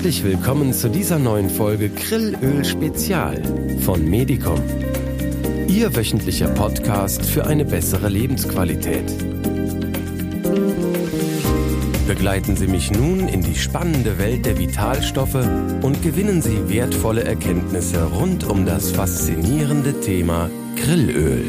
Herzlich willkommen zu dieser neuen Folge Krillöl Spezial von Medicom. Ihr wöchentlicher Podcast für eine bessere Lebensqualität. Begleiten Sie mich nun in die spannende Welt der Vitalstoffe und gewinnen Sie wertvolle Erkenntnisse rund um das faszinierende Thema Krillöl.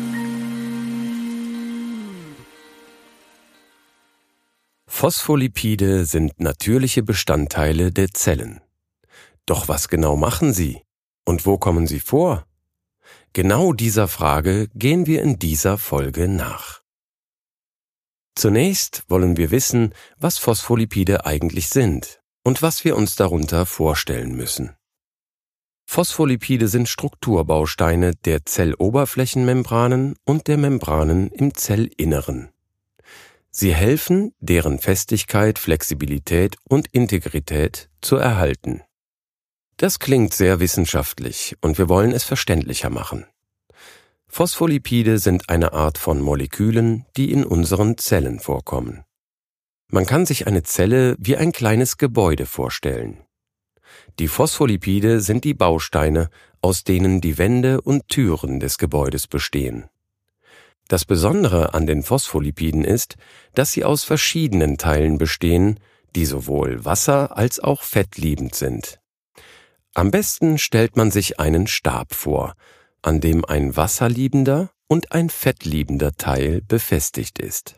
Phospholipide sind natürliche Bestandteile der Zellen. Doch was genau machen sie? Und wo kommen sie vor? Genau dieser Frage gehen wir in dieser Folge nach. Zunächst wollen wir wissen, was Phospholipide eigentlich sind und was wir uns darunter vorstellen müssen. Phospholipide sind Strukturbausteine der Zelloberflächenmembranen und der Membranen im Zellinneren. Sie helfen, deren Festigkeit, Flexibilität und Integrität zu erhalten. Das klingt sehr wissenschaftlich und wir wollen es verständlicher machen. Phospholipide sind eine Art von Molekülen, die in unseren Zellen vorkommen. Man kann sich eine Zelle wie ein kleines Gebäude vorstellen. Die Phospholipide sind die Bausteine, aus denen die Wände und Türen des Gebäudes bestehen. Das Besondere an den Phospholipiden ist, dass sie aus verschiedenen Teilen bestehen, die sowohl wasser- als auch fettliebend sind. Am besten stellt man sich einen Stab vor, an dem ein wasserliebender und ein fettliebender Teil befestigt ist.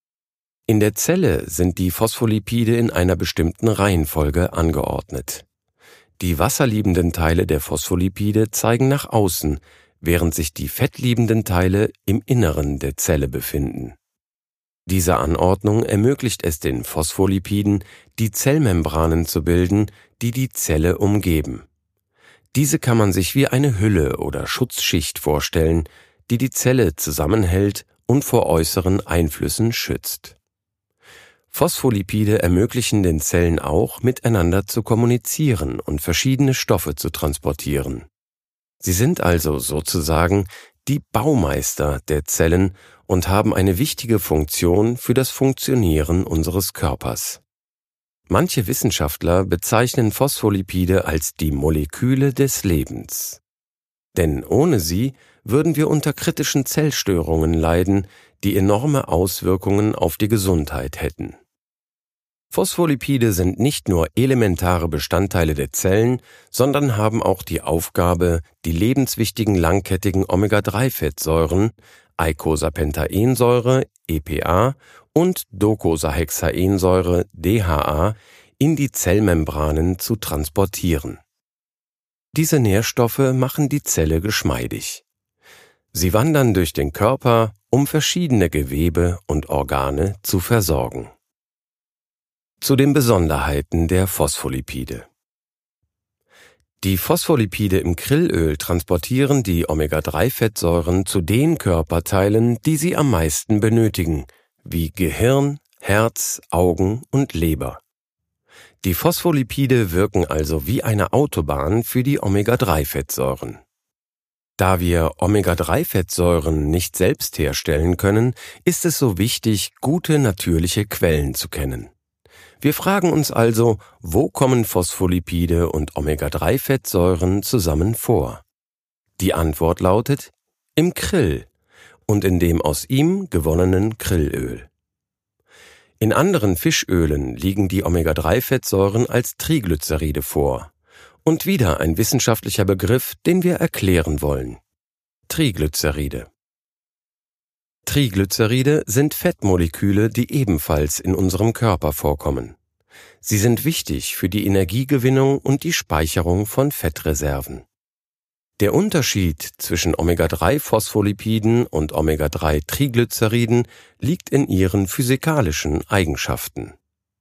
In der Zelle sind die Phospholipide in einer bestimmten Reihenfolge angeordnet. Die wasserliebenden Teile der Phospholipide zeigen nach außen, während sich die fettliebenden Teile im Inneren der Zelle befinden. Diese Anordnung ermöglicht es den Phospholipiden, die Zellmembranen zu bilden, die die Zelle umgeben. Diese kann man sich wie eine Hülle oder Schutzschicht vorstellen, die die Zelle zusammenhält und vor äußeren Einflüssen schützt. Phospholipide ermöglichen den Zellen auch, miteinander zu kommunizieren und verschiedene Stoffe zu transportieren. Sie sind also sozusagen die Baumeister der Zellen und haben eine wichtige Funktion für das Funktionieren unseres Körpers. Manche Wissenschaftler bezeichnen Phospholipide als die Moleküle des Lebens. Denn ohne sie würden wir unter kritischen Zellstörungen leiden, die enorme Auswirkungen auf die Gesundheit hätten. Phospholipide sind nicht nur elementare Bestandteile der Zellen, sondern haben auch die Aufgabe, die lebenswichtigen langkettigen Omega-3-Fettsäuren, Eicosapentaensäure, EPA, und Docosahexaensäure, DHA, in die Zellmembranen zu transportieren. Diese Nährstoffe machen die Zelle geschmeidig. Sie wandern durch den Körper, um verschiedene Gewebe und Organe zu versorgen. Zu den Besonderheiten der Phospholipide. Die Phospholipide im Krillöl transportieren die Omega-3-Fettsäuren zu den Körperteilen, die sie am meisten benötigen, wie Gehirn, Herz, Augen und Leber. Die Phospholipide wirken also wie eine Autobahn für die Omega-3-Fettsäuren. Da wir Omega-3-Fettsäuren nicht selbst herstellen können, ist es so wichtig, gute natürliche Quellen zu kennen. Wir fragen uns also, wo kommen Phospholipide und Omega-3-Fettsäuren zusammen vor? Die Antwort lautet, im Krill und in dem aus ihm gewonnenen Krillöl. In anderen Fischölen liegen die Omega-3-Fettsäuren als Triglyceride vor. Und wieder ein wissenschaftlicher Begriff, den wir erklären wollen. Triglyceride. Triglyceride sind Fettmoleküle, die ebenfalls in unserem Körper vorkommen. Sie sind wichtig für die Energiegewinnung und die Speicherung von Fettreserven. Der Unterschied zwischen Omega-3-Phospholipiden und Omega-3-Triglyceriden liegt in ihren physikalischen Eigenschaften.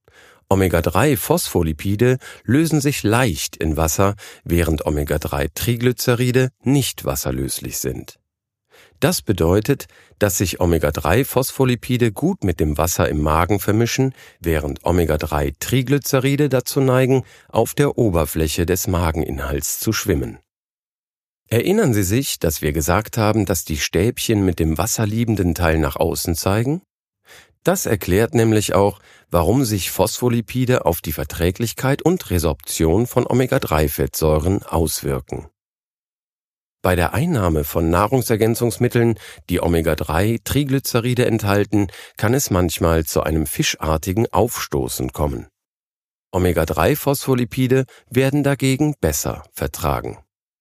Omega-3-Phospholipide lösen sich leicht in Wasser, während Omega-3-Triglyceride nicht wasserlöslich sind. Das bedeutet, dass sich Omega-3-Phospholipide gut mit dem Wasser im Magen vermischen, während Omega-3-Triglyceride dazu neigen, auf der Oberfläche des Mageninhalts zu schwimmen. Erinnern Sie sich, dass wir gesagt haben, dass die Stäbchen mit dem wasserliebenden Teil nach außen zeigen? Das erklärt nämlich auch, warum sich Phospholipide auf die Verträglichkeit und Resorption von Omega-3-Fettsäuren auswirken. Bei der Einnahme von Nahrungsergänzungsmitteln, die Omega-3-Triglyceride enthalten, kann es manchmal zu einem fischartigen Aufstoßen kommen. Omega-3-Phospholipide werden dagegen besser vertragen.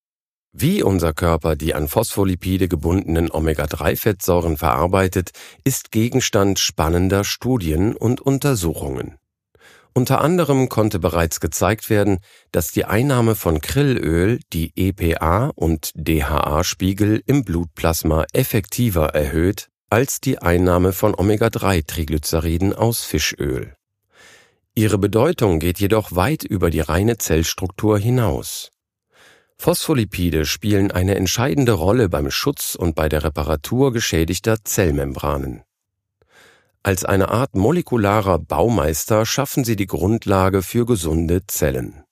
Wie unser Körper die an Phospholipide gebundenen Omega-3-Fettsäuren verarbeitet, ist Gegenstand spannender Studien und Untersuchungen. Unter anderem konnte bereits gezeigt werden, dass die Einnahme von Krillöl die EPA- und DHA-Spiegel im Blutplasma effektiver erhöht als die Einnahme von Omega-3-Triglyceriden aus Fischöl. Ihre Bedeutung geht jedoch weit über die reine Zellstruktur hinaus. Phospholipide spielen eine entscheidende Rolle beim Schutz und bei der Reparatur geschädigter Zellmembranen. Als eine Art molekularer Baumeister schaffen sie die Grundlage für gesunde Zellen.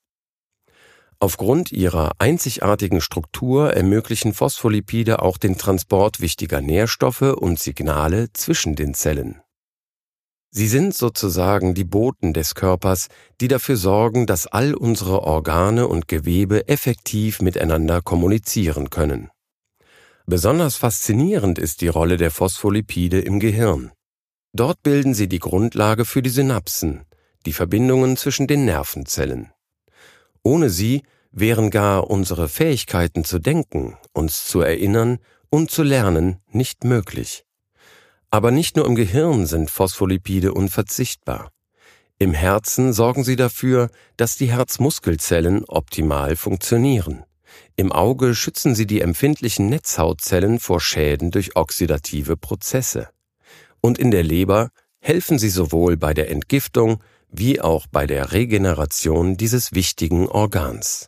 Aufgrund ihrer einzigartigen Struktur ermöglichen Phospholipide auch den Transport wichtiger Nährstoffe und Signale zwischen den Zellen. Sie sind sozusagen die Boten des Körpers, die dafür sorgen, dass all unsere Organe und Gewebe effektiv miteinander kommunizieren können. Besonders faszinierend ist die Rolle der Phospholipide im Gehirn. Dort bilden sie die Grundlage für die Synapsen, die Verbindungen zwischen den Nervenzellen. Ohne sie wären gar unsere Fähigkeiten zu denken, uns zu erinnern und zu lernen nicht möglich. Aber nicht nur im Gehirn sind Phospholipide unverzichtbar. Im Herzen sorgen sie dafür, dass die Herzmuskelzellen optimal funktionieren. Im Auge schützen sie die empfindlichen Netzhautzellen vor Schäden durch oxidative Prozesse. Und in der Leber helfen sie sowohl bei der Entgiftung wie auch bei der Regeneration dieses wichtigen Organs.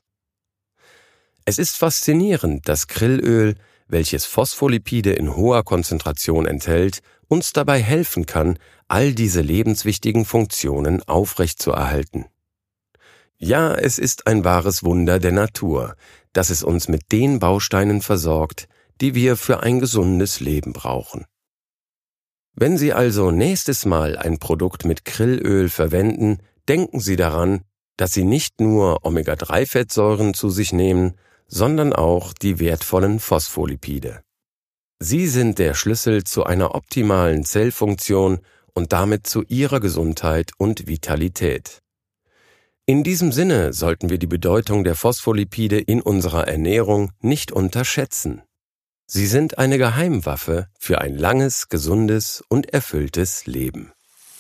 Es ist faszinierend, dass Krillöl, welches Phospholipide in hoher Konzentration enthält, uns dabei helfen kann, all diese lebenswichtigen Funktionen aufrechtzuerhalten. Ja, es ist ein wahres Wunder der Natur, dass es uns mit den Bausteinen versorgt, die wir für ein gesundes Leben brauchen. Wenn Sie also nächstes Mal ein Produkt mit Krillöl verwenden, denken Sie daran, dass Sie nicht nur Omega-3-Fettsäuren zu sich nehmen, sondern auch die wertvollen Phospholipide. Sie sind der Schlüssel zu einer optimalen Zellfunktion und damit zu Ihrer Gesundheit und Vitalität. In diesem Sinne sollten wir die Bedeutung der Phospholipide in unserer Ernährung nicht unterschätzen. Sie sind eine Geheimwaffe für ein langes, gesundes und erfülltes Leben.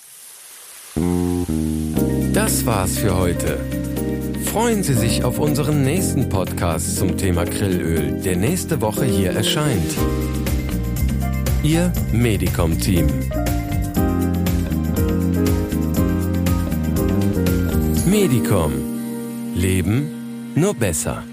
Das war's für heute. Freuen Sie sich auf unseren nächsten Podcast zum Thema Krillöl, der nächste Woche hier erscheint. Ihr Medicom-Team. Medicom. Leben nur besser.